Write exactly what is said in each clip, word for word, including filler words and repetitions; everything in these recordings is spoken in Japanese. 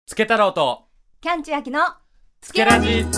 つけ太郎とキャンチュアキのつけラジ。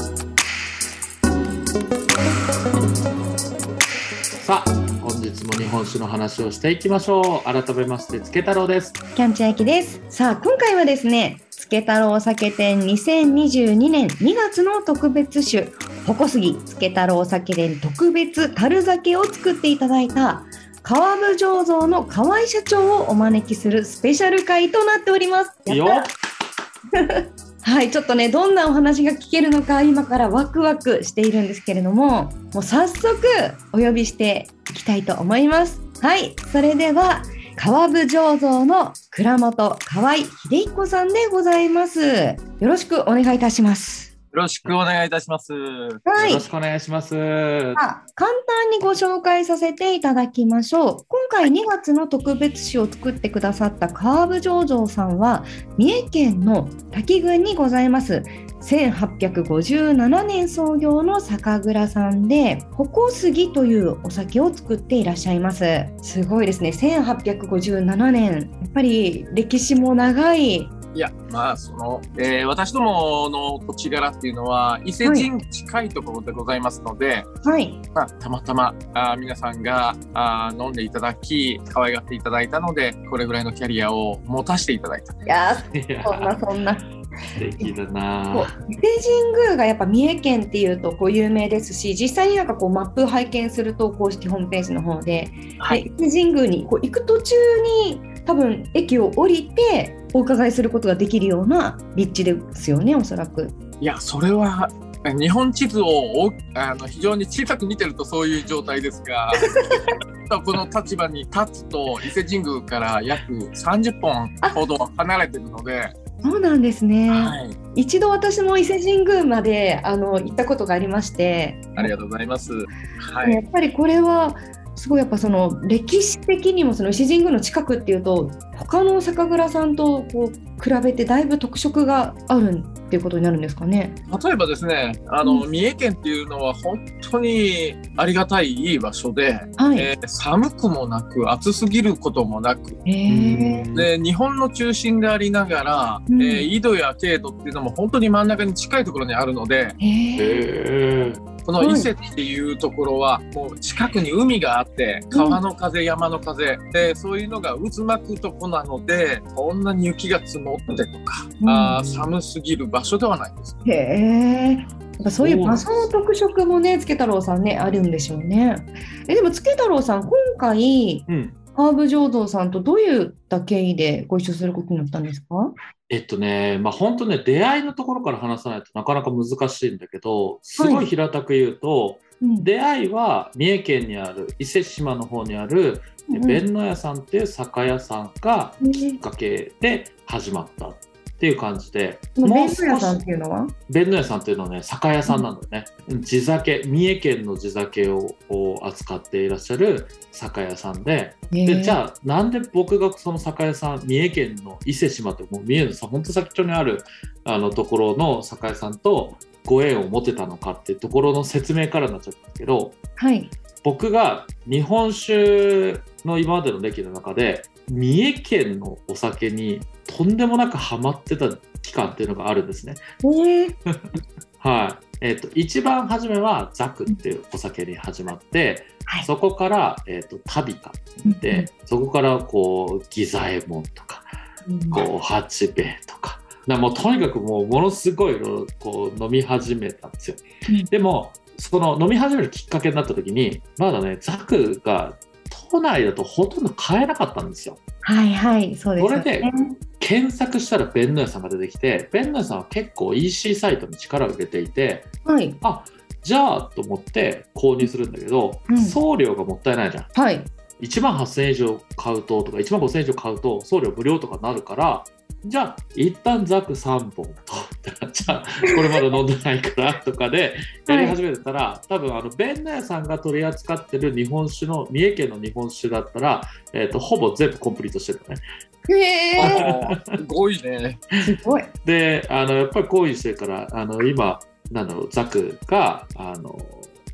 さあ本日も日本酒の話をしていきましょう。改めましてつけ太郎です。 キャンチュアキです。さあ今回はですね、つけ太郎酒店にせんにじゅうにねんにがつの特別酒鉾杉つけ太郎酒店特別樽酒を作っていただいた川部醸造の河合社長をお招きするスペシャル会となっております。 いいよはい、ちょっとねどんなお話が聞けるのか今からワクワクしているんですけれども、もう早速お呼びしていきたいと思います。はい、それでは川部醸造の蔵元河合秀彦さんでございます。よろしくお願いいたします。 よろしくお願いいたします。 はい、 よろしくお願いします。 あ、簡単にご紹介させていただきましょう。今回にがつの特別酒を作ってくださった川部醸造さんは三重県の滝郡にございますせんはっぴゃくごじゅうななねん創業の酒蔵さんで鉾杉というお酒を作っていらっしゃいます。すごいですね。せんはっぴゃくごじゅうななねん、やっぱり歴史も長い。 いや、まあその、えー、私どもの土地柄っていうのは伊勢神宮近いところでございますので、 はい、 まあ、たまたまあ皆さんがあ飲んでいただき可愛がっていただいたので、これぐらいのキャリアを持たせていただいた。 いやそんなそんな素敵だな。 伊勢神宮がやっぱ三重県っていうとこう有名ですし、実際になんかこうマップ拝見すると公式ホームページの方で、はい、伊勢神宮にこう行く途中に多分駅を降りてお伺いすることができるような立地ですよね、おそらく。 いや、それは日本地図をあの非常に小さく見てるとそういう状態ですがこの立場に立つと伊勢神宮から約さんじゅっぽんほど離れてるので。 そうなんですね、 はい、 一度私も伊勢神宮まであの行ったことがありまして。 ありがとうございます、はい、 やっぱりこれはすごいやっぱその歴史的にもその伊勢神宮の近くっていうと他の酒蔵さんとこう比べてだいぶ特色があるっていうことになるんですかね。 例えばですね、あの、うん、三重県っていうのは本当にありがたいいい場所で、はい、えー、寒くもなく暑すぎることもなく、 へー、 で日本の中心でありながら、うん、えー、緯度や経度っていうのも本当に真ん中に近いところにあるので、 へー、 この伊勢っていうところはもう近くに海があって川の風、うん、山の風でそういうのが渦巻くとこなので、こんなに雪が積もってとか、うん、あ寒すぎる場所ではないです。 へえ、やっぱそういう場所の特色もね、つけ太郎さんねあるんでしょうね。えでもつけ太郎さん今回、うん、川部醸造さんとどういった経緯でご一緒することになったんですか？ えっとね、まあ本当ね、出会いのところから話さないとなかなか難しいんだけど、すごい平たく言うと、はい、うん、出会いは三重県にある伊勢志摩の方にある弁野屋さんっていう酒屋さんがきっかけで始まったっていう感じで、 うん、弁野屋さんっていうのは弁野屋さんっていうのはね、酒屋さんなんだよね、うん、地酒、三重県の地酒を扱っていらっしゃる酒屋さんで、でじゃあなんで僕がその酒屋さん、三重県の伊勢志摩ってもう三重のさ本当先っちょにあるあのところの酒屋さんとご縁を持てたのかっていうところの説明からになっちゃったんですけど、 はい、 僕が日本酒の今までの歴の中で三重県のお酒にとんでもなくハマってた期間っていうのがあるんですね。 えーはい、えーと、一番初めはザクっていうお酒に始まって、はい、そこから、えーと、タビカで、うん、そこからこうギザエモンとか、うん、こう八兵衛とか、もうとにかくもうものすごいこう飲み始めたんですよ、うん、でもその飲み始めるきっかけになった時にまだねザクが都内だとほとんど買えなかったんですよ。 はいはい、そうですね。 それで検索したら弁野屋さんが出てきて、弁野屋さんは結構 イーシー サイトに力を入れていて、 はい、 あじゃあと思って購入するんだけど、うん、送料がもったいないじゃん、 はい、 いちまんはっせんえん以上買うととかいちまんごせんえん以上買うと送料無料とかなるから、じゃあ一旦ザクさんぼんとじゃあこれまだ飲んでないからとかでやり始めてたら、はい、多分あの弁野屋さんが取り扱ってる日本酒の三重県の日本酒だったら、えーと、ほぼ全部コンプリートしてるよね。 へーすごいね。 すごい。 であのやっぱりこういうしてるからあの今なんだろうザクがあの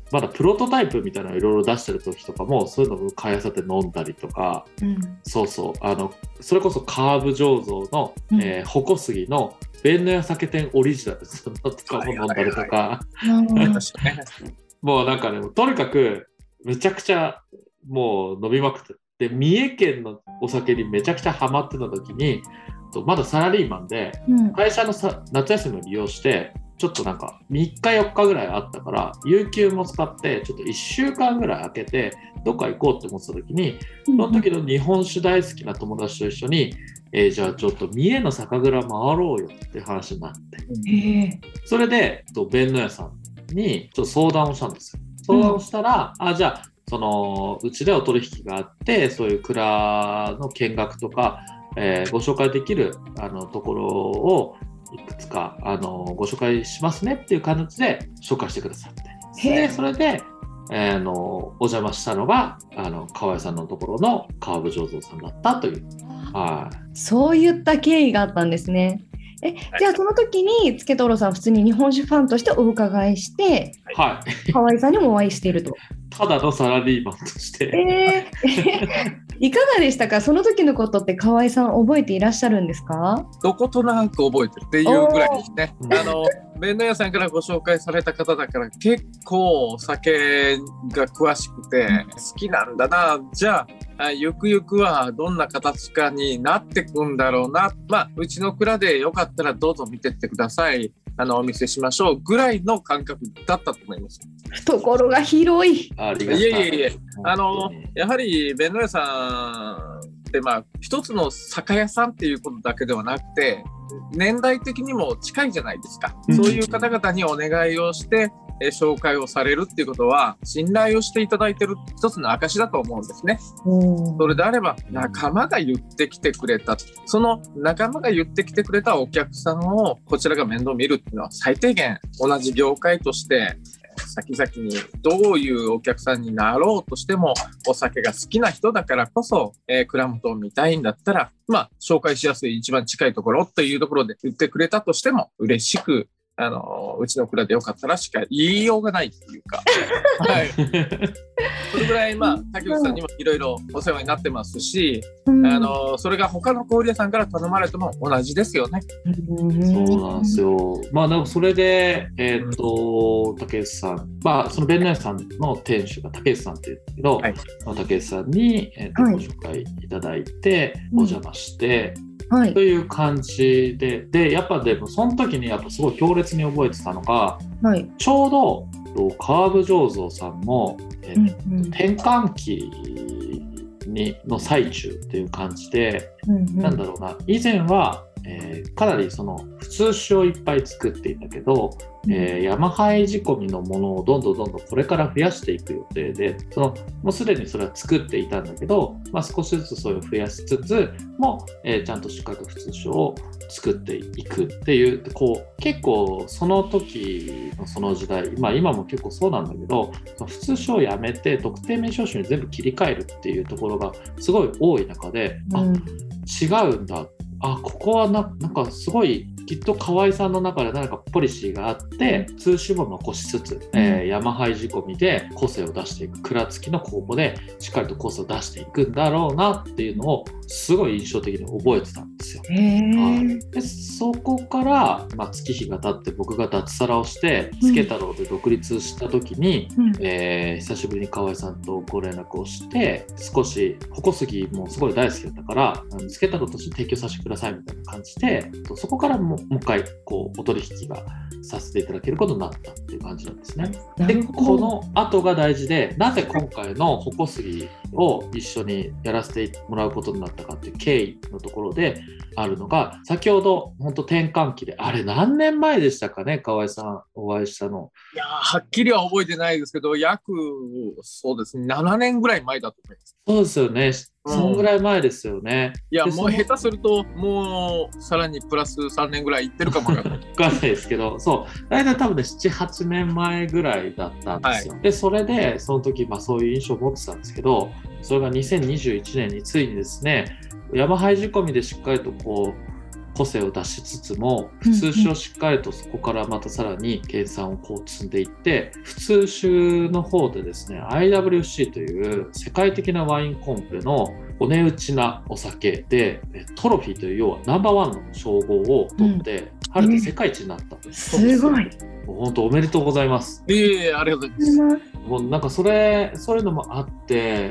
まだプロトタイプみたいなのをいろいろ出してる時とかもそういうのを買い漁って飲んだりとか、うん、そうそうあのそれこそカーブ醸造の、うんえー、矛杉の弁の屋酒店オリジナルそのとかも飲んだりとかもうなんかねとにかくめちゃくちゃもう飲みまくってで三重県のお酒にめちゃくちゃハマってた時にまだサラリーマンで、うん、会社のさ夏休みを利用してちょっとなんかみっかよっかぐらいあったから有給も使ってちょっといっしゅうかんぐらい空けてどっか行こうって思ってた時に、うん、その時の日本酒大好きな友達と一緒に、えー、じゃあちょっと三重の酒蔵回ろうよって話になって、うん、それで弁の屋さんにちょっと相談をしたんですよ。相談をしたら、うん、あじゃあそのうちでお取引があってそういう蔵の見学とか、えー、ご紹介できるあのところをいくつかあのご紹介しますねっていう形で紹介してくださってでそれで、えー、あのお邪魔したのがあの河合さんのところの川部醸造さんだったという、はい、 そういった経緯があったんですね。えじゃあその時に助太郎さん普通に日本酒ファンとしてお伺いして、はい、河合さんにもお会いしていると。 ただのサラリーマンとして、 えー、いかがでしたか？その時のことって河合さん覚えていらっしゃるんですか？ どことなく覚えてるっていうぐらいですね。あの弁の屋さんからご紹介された方だから結構お酒が詳しくて好きなんだな。じゃあゆくゆくはどんな形かになってくんだろうな。まあうちの蔵でよかったらどうぞ見てってください。あのお見せしましょうぐらいの感覚だったと思います。 懐が広い。 ありがたい。 いえいえいえ。あのやはり弁の屋さんってまあ一つの酒屋さんっていうことだけではなくて年代的にも近いじゃないですか。そういう方々にお願いをしてえ紹介をされるっていうことは信頼をしていただいてる一つの証だと思うんですね。それであれば仲間が言ってきてくれたその仲間が言ってきてくれたお客さんをこちらが面倒見るっていうのは最低限同じ業界として先々にどういうお客さんになろうとしてもお酒が好きな人だからこそ、えー、蔵元を見たいんだったらまあ紹介しやすい一番近いところっていうところで言ってくれたとしても嬉しくあのうちの蔵でよかったらしか言いようがないっていうか、はい、それぐらいまあ竹内さんにもいろいろお世話になってますし、うん、あのそれが他の小売屋さんから頼まれても同じですよね。 そうなんですよ。まあでもそれでえっ、ー、と竹内さんまあその弁の屋さんの店主が竹内さんっていうんですけど、はい、竹内さんに、えーとはい、ご紹介いただいてお邪魔して、うんはい、という感じで、でやっぱでもその時にやっぱすごい強烈に覚えてたのが、はい、ちょうど川部醸造さんも、えうんうん、転換期にの最中っていう感じで、うんうん、なんだろうな以前は、えー、かなりその普通酒をいっぱい作っていたけど、うんえー、山灰仕込みのものをどんどんどんどんこれから増やしていく予定でそのもうすでにそれは作っていたんだけど、まあ、少しずつそういう増やしつつも、えー、ちゃんとしっかりと普通酒を作っていくっていうこう結構その時のその時代、まあ、今も結構そうなんだけど普通酒をやめて特定名称酒に全部切り替えるっていうところがすごい多い中で、うん、あ違うんだあここは な, なんかすごいきっと河合さんの中で何かポリシーがあって通酒も残しつつ、うんえー、山灰仕込みで個性を出していく蔵付きの酵母でしっかりと個性を出していくんだろうなっていうのをすごい印象的に覚えてたんですよ。でそこから、まあ、月日が経って僕が脱サラをして助太郎で独立した時に、うんえー、久しぶりに河合さんとご連絡をして少し矛杉もすごい大好きだったから助太郎として提供させてくださいみたいな感じでそこからももう一回こうお取引がさせていただけることになったっていう感じなんですね。でこの後が大事でなぜ今回の矛杉を一緒にやらせてもらうことになったかっていう経緯のところであるのが先ほど本当転換期であれ何年前でしたかね河合さんお会いしたの。 いやはっきりは覚えてないですけど約そうですねななねんぐらい前だと思います。 そうですよねそのぐらい前ですよね、 うん、いやもう下手するともうさらにプラスさんねんぐらいいってるかもわかんないわかんないですけどそう大体多分ねななはちねんまえぐらいだったんですよ、はい、でそれでその時、まあ、そういう印象を持ってたんですけどそれがにせんにじゅういちねんについにですね山灰仕込みでしっかりとこう個性を出しつつも普通酒をしっかりとそこからまたさらに研鑽をこう積んでいって、普通酒の方でですね アイダブリューシー という世界的なワインコンペのお値打ちなお酒でトロフィーという要はナンバーワンの称号を取って、うん、晴れて世界一になった、 うん、すごい。 本当おめでとうございます。 ええー、ありがとうございます。 もうなんかそれそういうのもあって、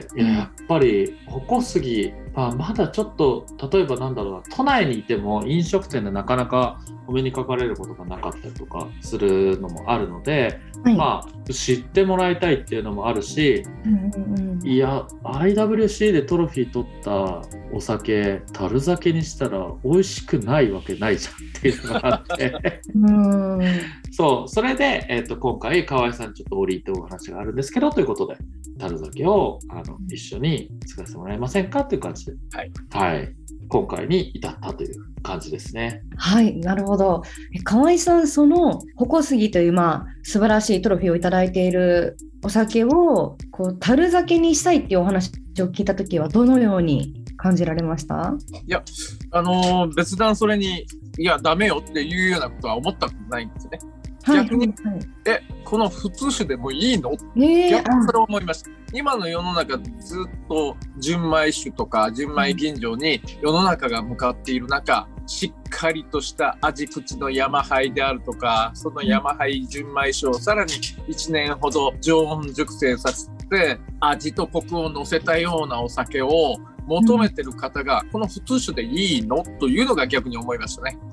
いや、やっぱり鉾杉、まあ、まだちょっと例えばなんだろうな、都内にいても飲食店でなかなかお目にかかれることがなかったりとかするのもあるので、はい、まあ知ってもらいたいっていうのもあるし、うんうんうん、いや アイダブリューシー でトロフィー取ったお酒樽酒にしたら美味しくないわけないじゃんっていうのがあってうんそうそれで、えー、と今回河合さんにちょっと折り入ってお話があるんですけどということで、樽酒をあの一緒に作らせてもらえませんかという感じで、はいはい、今回に至ったという感じですね。 はい、なるほど。河合さん、その鉾杉という、まあ、素晴らしいトロフィーをいただいているお酒をこう樽酒にしたいっていうお話を聞いたときはどのように感じられました？ いや、あのー、別段それにいやダメよっていうようなことは思ったことないんですね。逆に、はいはい、えこの普通酒でもいいの、ね、逆にそれを思いました。今の世の中ずっと純米酒とか純米吟醸に世の中が向かっている中、しっかりとした味口の山灰であるとか、その山灰純米酒をさらにいちねんほど常温熟成させて味とコクを乗せたようなお酒を求めてる方が、この普通酒でいいのというのが逆に思いましたね。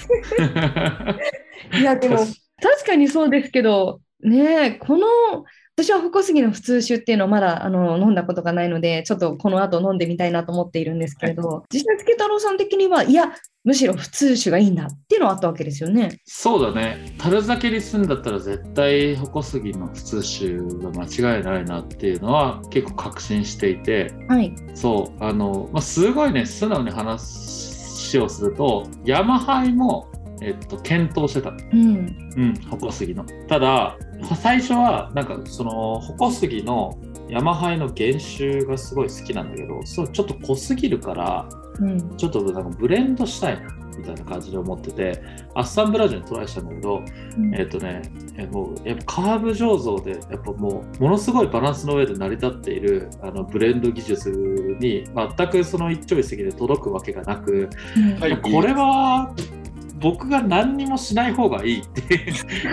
いやでも確かにそうですけどね、この私は鉾杉の普通酒っていうのをまだあの飲んだことがないので、ちょっとこの後飲んでみたいなと思っているんですけれど、はい、実際助太郎さん的にはいやむしろ普通酒がいいんだっていうのはあったわけですよね。 そうだね、樽酒にするんだったら絶対鉾杉の普通酒が間違いないなっていうのは結構確信していて、はい、そうあの、まあ、すごいね素直に話をすると山灰もえっと、検討してた、うんうん、鉾杉の。ただ最初はなんかその鉾杉の山灰の原酒がすごい好きなんだけど、そうちょっと濃すぎるから、うん、ちょっとなんかブレンドしたいなみたいな感じで思ってて、アッサンブラジルにトライしたんだけど、うん、えっとねえもうやっぱカーブ醸造でやっぱもうものすごいバランスの上で成り立っているあのブレンド技術に全くその一朝一夕で届くわけがなく、うんはい、これは僕が何にもしない方がいいって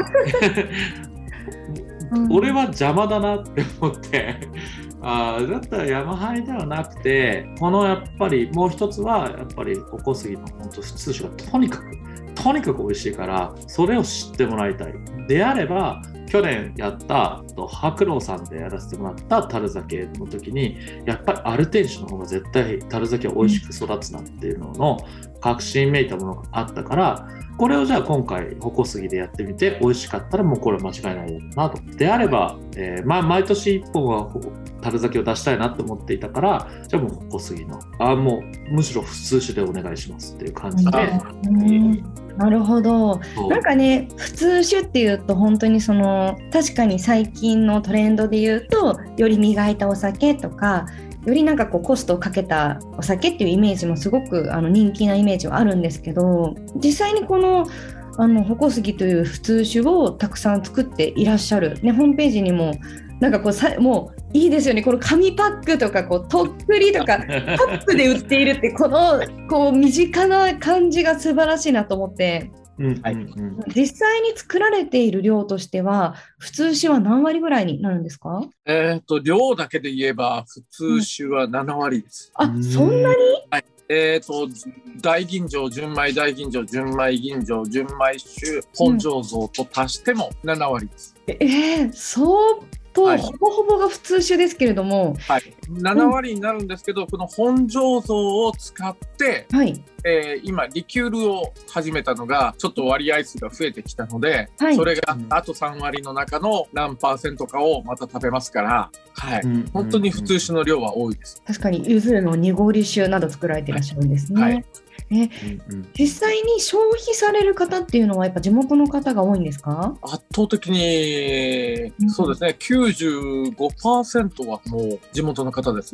俺は邪魔だなって思ってあだったら山灰ではなくて、このやっぱりもう一つはやっぱり鉾杉の本当普通酒がとにかくとにかく美味しいからそれを知ってもらいたい。であれば去年やった白老さんでやらせてもらった樽酒の時にやっぱりアルテン酒の方が絶対樽酒は美味しく育つなっていうのの確信めいたものがあったから、これをじゃあ今回鉾杉でやってみて美味しかったらもうこれは間違いないだろうなと。であれば、えーまあ、毎年いっぽんは樽酒を出したいなと思っていたから、じゃあもう鉾杉のあもうむしろ普通酒でお願いしますっていう感じで、うんなるほど。なんかね普通酒っていうと本当にその確かに最近のトレンドで言うとより磨いたお酒とかよりなんかこうコストをかけたお酒っていうイメージもすごくあの人気なイメージはあるんですけど、実際にこのあの鉾杉という普通酒をたくさん作っていらっしゃる、ね、ホームページにもなんかこうさもういいですよね、この紙パックとかこうとっくりとかカップで売っているってこのこう身近な感じが素晴らしいなと思って、うんはい、実際に作られている量としては普通酒は何割ぐらいになるんですか？ えーと量だけで言えば普通酒はななわりです、 うん、あそんなに、 はいえーと大吟醸純米大吟醸純米吟醸純米酒本醸造と足してもななわりです、 うん、えー、そうと、はい、ほぼほぼが普通酒ですけれども、 はい、ななわりになるんですけど、うん、この本醸造を使って、はいえー、今リキュールを始めたのがちょっと割合数が増えてきたので、はい、それがあとさんわりの中の何パーセントかをまた食べますから、はいうん、本当に普通酒の量は多いです。 確かに柚子の濁り酒など作られていらっしゃるんですね、はいえうんうん、実際に消費される方っていうのはやっぱ地元の方が多いんですか？ 圧倒的に、うん、そうですね きゅうじゅうごパーセント はもう地元の方ですね。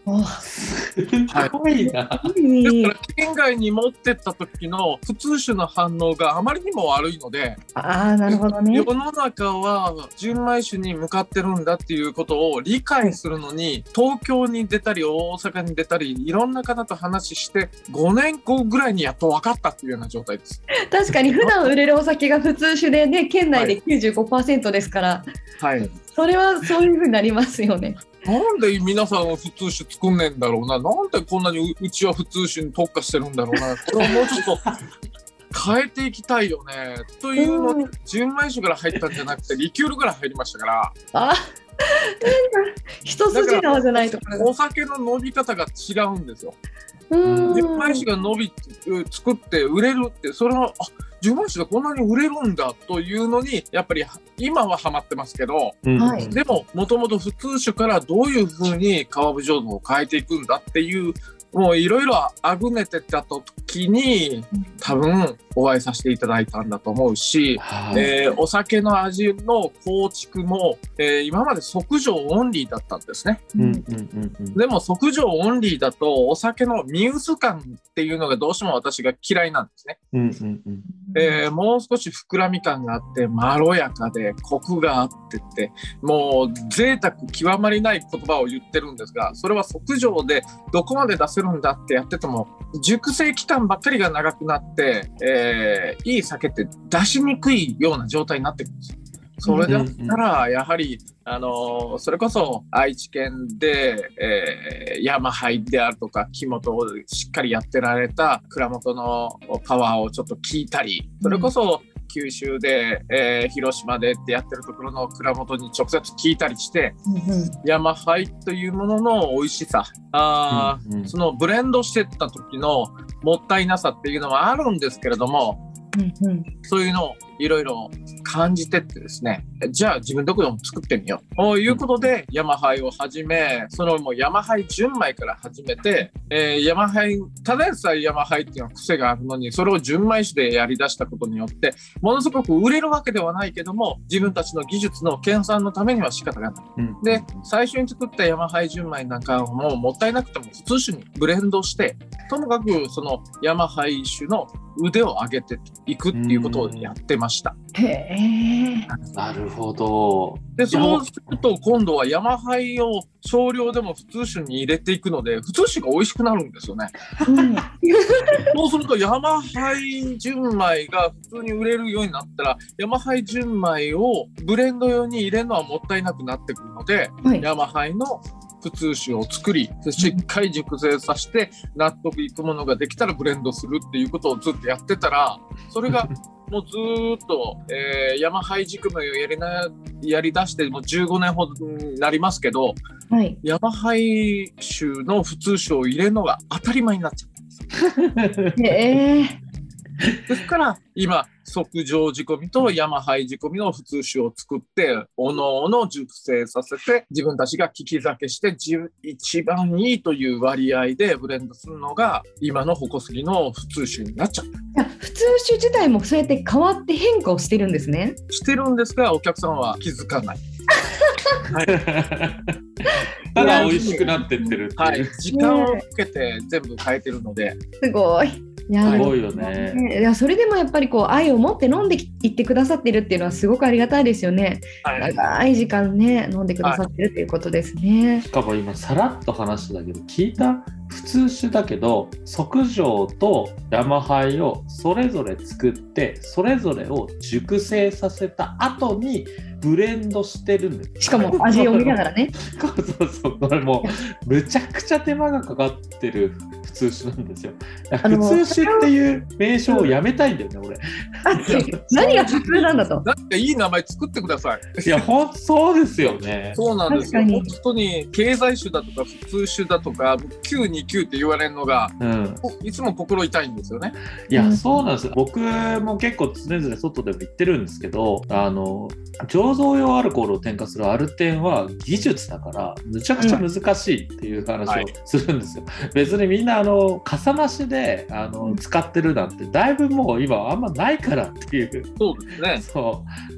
すごいな。だから県外に持ってった時の普通種の反応があまりにも悪いので、 あー、なるほどね。 世の中は純米酒に向かってるんだっていうことを理解するのに、東京に出たり大阪に出たりいろんな方と話してごねんごぐらいにやっと分かったっていうような状態です。 確かに普段売れるお酒が普通酒でね、県内で きゅうじゅうごパーセント ですから、はい、それはそういう風になりますよね。 なんで皆さんは普通酒作んねえんだろうな、なんでこんなに う, うちは普通酒に特化してるんだろうな、これをもうちょっと変えていきたいよねというのに、純米酒から入ったんじゃなくてリキュールから入りましたから。あ一筋縄じゃないところ。 お酒の伸び方が違うんですよ。純米酒が伸び作って売れるって、それはあ純米酒がこんなに売れるんだというのにやっぱり今はハマってますけど、うん、でももともと普通酒からどういうふうに川淵醸造を変えていくんだっていうもういろいろあぐねてた時に多分お会いさせていただいたんだと思うし、えー、お酒の味の構築も、えー、今まで即醸オンリーだったんですね、うんうんうんうん、でも即醸オンリーだとお酒のミウス感っていうのがどうしても私が嫌いなんですね、うんうんうんえー、もう少し膨らみ感があってまろやかでコクがあってってもう贅沢極まりない言葉を言ってるんですが、それは即醸でどこまで出せるんだってやってても熟成期間ばっかりが長くなって、えー、いい酒って出しにくいような状態になってくるんですよ。それだったらやはり、あのそれこそ愛知県で、えー、山杯であるとか木本をしっかりやってられた蔵元のパワーをちょっと聞いたり、それこそ九州で、えー、広島でってやってるところの蔵元に直接聞いたりして、うんうん、山杯というものの美味しさ、あ、うんうん、そのブレンドしてった時のもったいなさっていうのはあるんですけれども、うんうん、そういうのをいろいろ感じてってですね、じゃあ自分どこでも作ってみようということで、ヤマハイを始め、そのもうヤマハイ純米から始めて、えー、ヤマハイただでさえヤマハイっていうのは癖があるのに、それを純米酒でやりだしたことによってものすごく売れるわけではないけども、自分たちの技術の研鑽のためには仕方がない、うん、で最初に作ったヤマハイ純米なんかももったいなくても普通酒にブレンドして、ともかくそのヤマハイ酒の腕を上げていくっていうことをやってました。 へー、 なるほど。 でそうすると今度はヤマハイを少量でも普通酒に入れていくので、普通酒が美味しくなるんですよね、うん、そうするとヤマハイ純米が普通に売れるようになったら、ヤマハイ純米をブレンド用に入れるのはもったいなくなってくるので、はい、ヤマハイの普通酒を作り、しっかり熟成させて納得いくものができたらブレンドするっていうことをずっとやってたら、それがもうずっと、えー、ヤマハイ仕組みをやりなやりだしてもうじゅうごねんほどになりますけど、はい、ヤマハイ酒の普通酒を入れるのが当たり前になっちゃったんですよ。えーですから今即醸仕込みとヤマハイ仕込みの普通酒を作っておのおの熟成させて、自分たちが利き酒して一番いいという割合でブレンドするのが今の矛杉の普通酒になっちゃった。 普通酒自体もそうやって変わって変化をしてるんですね。 してるんですがお客さんは気づかない。はい、 ただ美味しくなってってるっていう、 はい、時間をかけて全部変えてるので、 すごい。いやすごいよね。 いやそれでもやっぱりこう愛を持って飲んでいってくださってるっていうのはすごくありがたいですよね、はい、長い時間ね飲んでくださってるっていうことですね、はい、 しかも今さらっと話だけど聞いた、普通酒だけど即醸とヤマハイをそれぞれ作ってそれぞれを熟成させた後にブレンドしてるんです。 しかも味を見ながらねそうそうそう、これもうむちゃくちゃ手間がかかってる普通酒なんですよ。普通酒っていう名称をやめたいんだよね、俺。 何が普通なんだと。 なんかいい名前作ってください。 いや、ほんそうですよね。 そうなんですよ。本当に経済酒だとか普通酒だとかきゅうにきゅうって言われるのが、うん、いつも心痛いんですよね。 いや、そうなんですよ。僕も結構常々外でも言ってるんですけど、あの醸造用アルコールを添加するアルテンは技術だからむちゃくちゃ難しいっていう話をするんですよ、うんはい、別にみんなあのかさ増しであの使ってるなんてだいぶもう今あんまないからっていう。 そうですね。 そう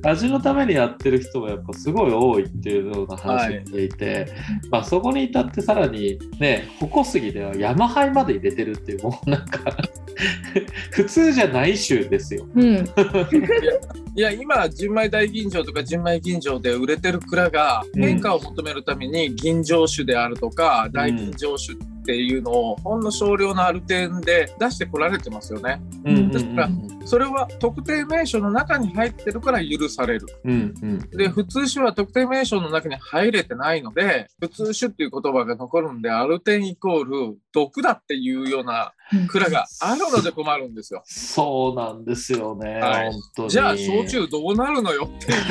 味のためにやってる人もやっぱすごい多いっていうような話をしていて、はい、まあ、そこに至ってさらにね、鉾杉では山灰まで入れてるっていう、もうなんか普通じゃない種ですよ、うん、 いや今純米大吟醸とか純米吟醸で売れてる蔵が変化を求めるために吟醸酒であるとか、うん、大吟醸酒っていうのをほんの少量のある点で出してこられてますよね、うん、ですからそれは特定名称の中に入ってるから許される、うんうん、で普通種は特定名称の中に入れてないので普通種っていう言葉が残るんで、アルテンイコール毒だっていうような蔵があるので困るんですよ。 そうなんですよね、はい、本当に。 じゃあ焼酎どうなるのよっていう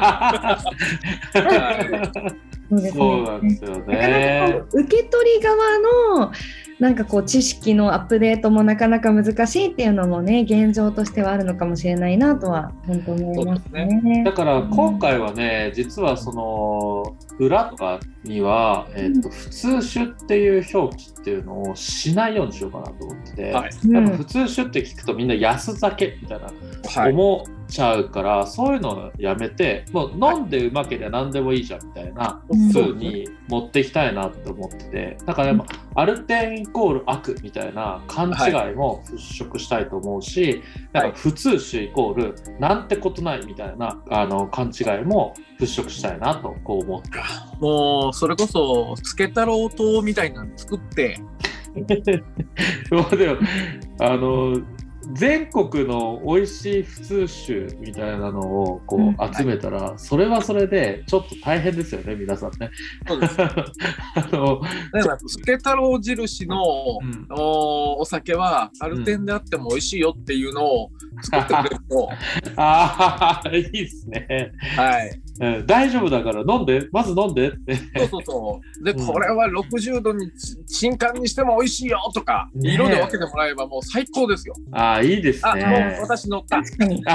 そうなんですよね。 受け取り側のなんかこう知識のアップデートもなかなか難しいっていうのもね、現状としてはあるのかもしれないなとは本当に思いますね。 ね、だから今回はね、実はその裏とかには、えーと、普通酒っていう表記っていうのをしないようにしようかなと思ってて、はい、やっぱ普通酒って聞くとみんな安酒みたいな思っちゃうから、はい、そういうのをやめて、もう飲んでうまければ何でもいいじゃんみたいな風に持っていきたいなって思ってて、だからやっぱアルテンイコール悪みたいな勘違いも払拭したいと思うし、はい、なんか普通酒イコールなんてことないみたいなあの勘違いも払拭したいなとこう思って、 もうそれこそつけ太郎糖みたいなの作ってそうでもあの全国の美味しい普通酒みたいなのをこう集めたら、うん、はい、それはそれでちょっと大変ですよね、皆さんね。 そうですあのつけ太郎印の、うん、お, お酒はアルテンであっても美味しいよっていうのを作ってくれると、 うん、ああいいですね。 はい、 うん、大丈夫だから飲んで、まず飲んでってそうそうそうで、うん、これはろくじゅうどに新缶にしても美味しいよとか、ね、色で分けてもらえばもう最高ですよ。 ああいいですね。 あ、もう私乗った。確かに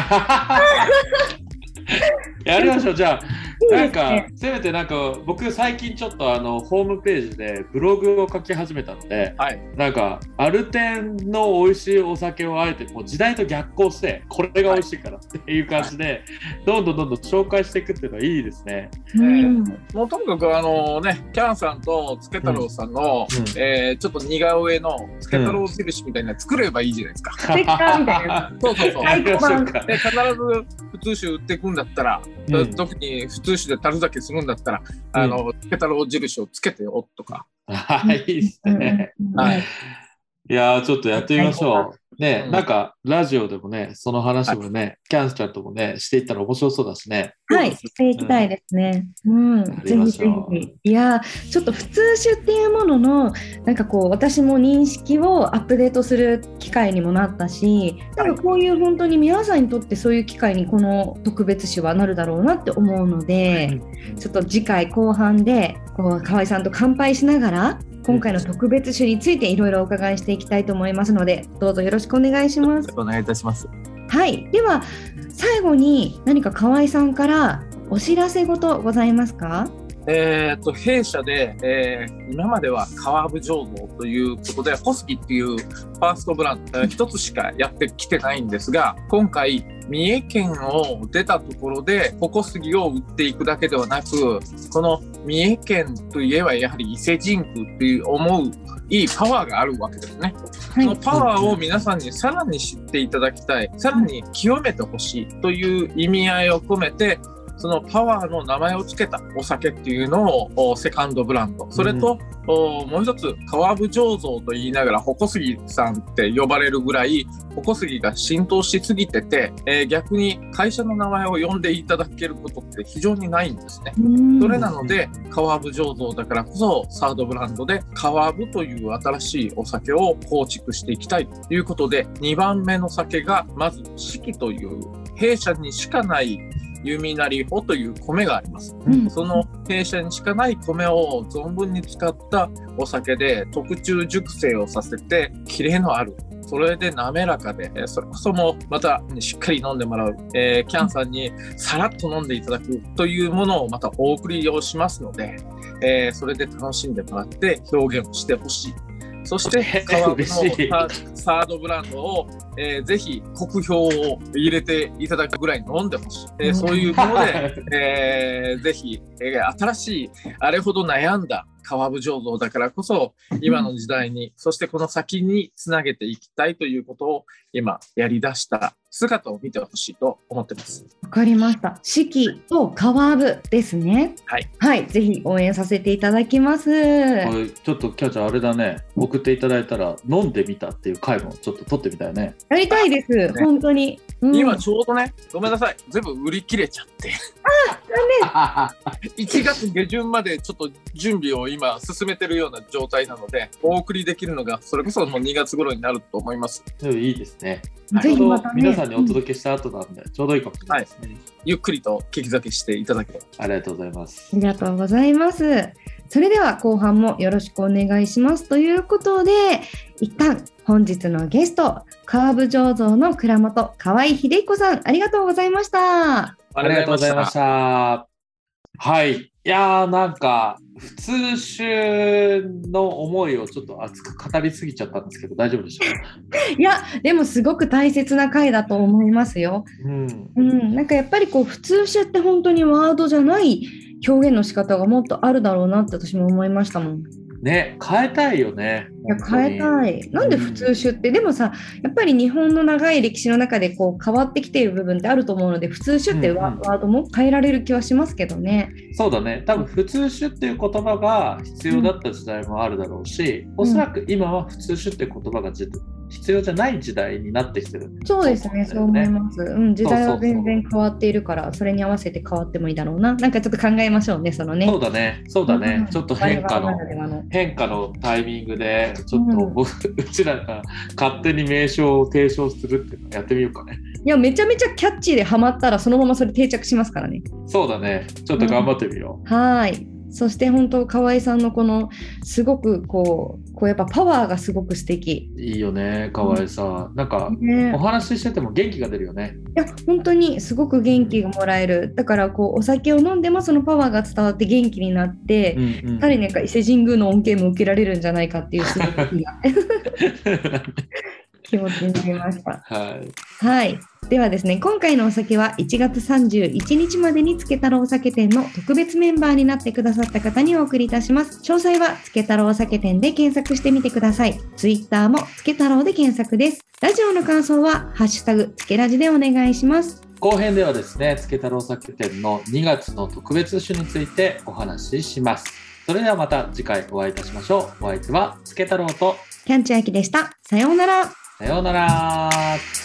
やりましょう。じゃあなんかせめてなんか僕最近ちょっとあのホームページでブログを書き始めたので、はい、なんかアルテンの美味しいお酒をあえてもう時代と逆行してこれが美味しいからっていう感じで、はい、どんどんどんどん紹介していくっていうのはいいですね。 えー、もうとにかくあのねキャンさんとつけ太郎さんの、うん、えー、ちょっと似顔絵のつけ太郎印みたいな作ればいいじゃないですか。ステッカーみたいな。そうそうそう。で必ず普通酒売っていくんだったら、うん、特に普通酒で樽酒するんだったら、あのつけ太郎印をつけてよとか。 はい、いいですね。はい。いやちょっとやってみましょう。ね、うん、なんかラジオでもね、その話もね、はい、キャンちゃんともね、していったら面白そうだしね。 はい、していきたいですね。うん、うん、ぜひぜひ。いや、ちょっと普通酒っていうものの、なんかこう、私も認識をアップデートする機会にもなったし、なんかこういう本当に皆さんにとってそういう機会にこの特別酒はなるだろうなって思うので、うん、ちょっと次回後半で、こう、河合さんと乾杯しながら、今回の特別酒についていろいろお伺いしていきたいと思いますので、どうぞよろしくお願いします。 お願いいたします。 はい、では最後に何か河合さんからお知らせ事ございますか？ えー、と弊社で、えー、今までは川部醸造ということで小杉っていうファーストブランド一つしかやってきてないんですが、今回三重県を出たところで鉾杉を売っていくだけではなく、この三重県といえばやはり伊勢神宮という思ういいパワーがあるわけですね。はい、そのパワーを皆さんにさらに知っていただきたい、さらに清めてほしいという意味合いを込めて、そのパワーの名前を付けたお酒っていうのをセカンドブランド、それと、うん、もう一つ川部醸造と言いながら鉾杉さんって呼ばれるぐらい鉾杉が浸透しすぎてて、えー、逆に会社の名前を呼んでいただけることって非常にないんですね。それなので川部醸造だからこそサードブランドで川部という新しいお酒を構築していきたいということで、にばんめの酒がまず四季という弊社にしかない弓なり穂という米があります、うん、その弊社にしかない米を存分に使ったお酒で特注熟成をさせてキレのある、それで滑らかで、それこそもまたしっかり飲んでもらう、えー、キャンさんにさらっと飲んでいただくというものをまたお送りをしますので、えー、それで楽しんでもらって表現をしてほしい。そして川部のサードブランドを、 えー、ぜひ酷評を入れていただくぐらい飲んでほしい、えー、そういうもので、えー、ぜひ、えー、新しいあれほど悩んだ川部醸造だからこそ今の時代に、そしてこの先につなげていきたいということを今やり出した姿を見てほしいと思ってます。 わかりました。四季と川部ですね。 はい、 はい、ぜひ応援させていただきます。 ちょっとキャちゃんあれだね、送っていただいたら飲んでみたっていう回もちょっと撮ってみたいね。 やりたいです、ね、本当に、 うん、今ちょうどね、ごめんなさい、全部売り切れちゃってあいちがつ下旬までちょっと準備を今進めてるような状態なので、お送りできるのがそれこそもうにがつ頃になると思います。 いいですね。ちょうど皆さんにお届けした後なんで、うん、ちょうどいいかもしれないですね、はい、 ゆっくりと聞き酒していただければ。 ありがとうございます。 ありがとうございます。それでは後半もよろしくお願いしますということで、一旦本日のゲスト、川部醸造の蔵元河合秀彦さん、ありがとうございました。 ありがとうございました。はい、いやーなんか普通酒の思いをちょっと熱く語りすぎちゃったんですけど大丈夫でしょうか。 いやでもすごく大切な回だと思いますよ、うんうん、なんかやっぱりこう普通酒って本当にワードじゃない表現の仕方がもっとあるだろうなって私も思いましたもんね。変えたいよね。 いや変えたい。なんで普通酒って、うん、でもさやっぱり日本の長い歴史の中でこう変わってきている部分ってあると思うので、普通酒ってワードも変えられる気はしますけどね、 うんうん、そうだね。多分普通酒っていう言葉が必要だった時代もあるだろうし、うん、おそらく今は普通酒っていう言葉が必要じゃない時代になってきてる。 そうですね、そう思います、うん、時代は全然変わっているから、それに合わせて変わってもいいだろうな。なんかちょっと考えましょうね、そのね。 そうだね、そうだね、うん、ちょっと変化の変化のタイミングでちょっと僕、うん、うちらが勝手に名称を提唱するっていうのをやってみようかね。 いやめちゃめちゃキャッチーでハマったらそのままそれ定着しますからね。 そうだね、ちょっと頑張ってみよう、うん、はい。そして本当河合さんのこのすごくこう、こうやっぱパワーがすごく素敵。 いいよね河合さん、うん、なんか、ね、お話ししてても元気が出るよね。 いや本当にすごく元気がもらえる。だからこうお酒を飲んでもそのパワーが伝わって元気になって、うんうん、彼なんか伊勢神宮の恩恵も受けられるんじゃないかっていうすごくいい気持ちになりました。 はい、 はい。ではですね、今回のお酒はいちがつさんじゅういちにちまでにつけ太郎お酒店の特別メンバーになってくださった方にお送りいたします。詳細はつけ太郎お酒店で検索してみてください。ツイッターもつけ太郎で検索です。ラジオの感想はハッシュタグつけラジでお願いします。 後編ではですね、つけ太郎お酒店のにがつの特別酒についてお話しします。それではまた次回お会いいたしましょう。お相手はつけ太郎とキャンチャーキでした。さようなら。 さようなら。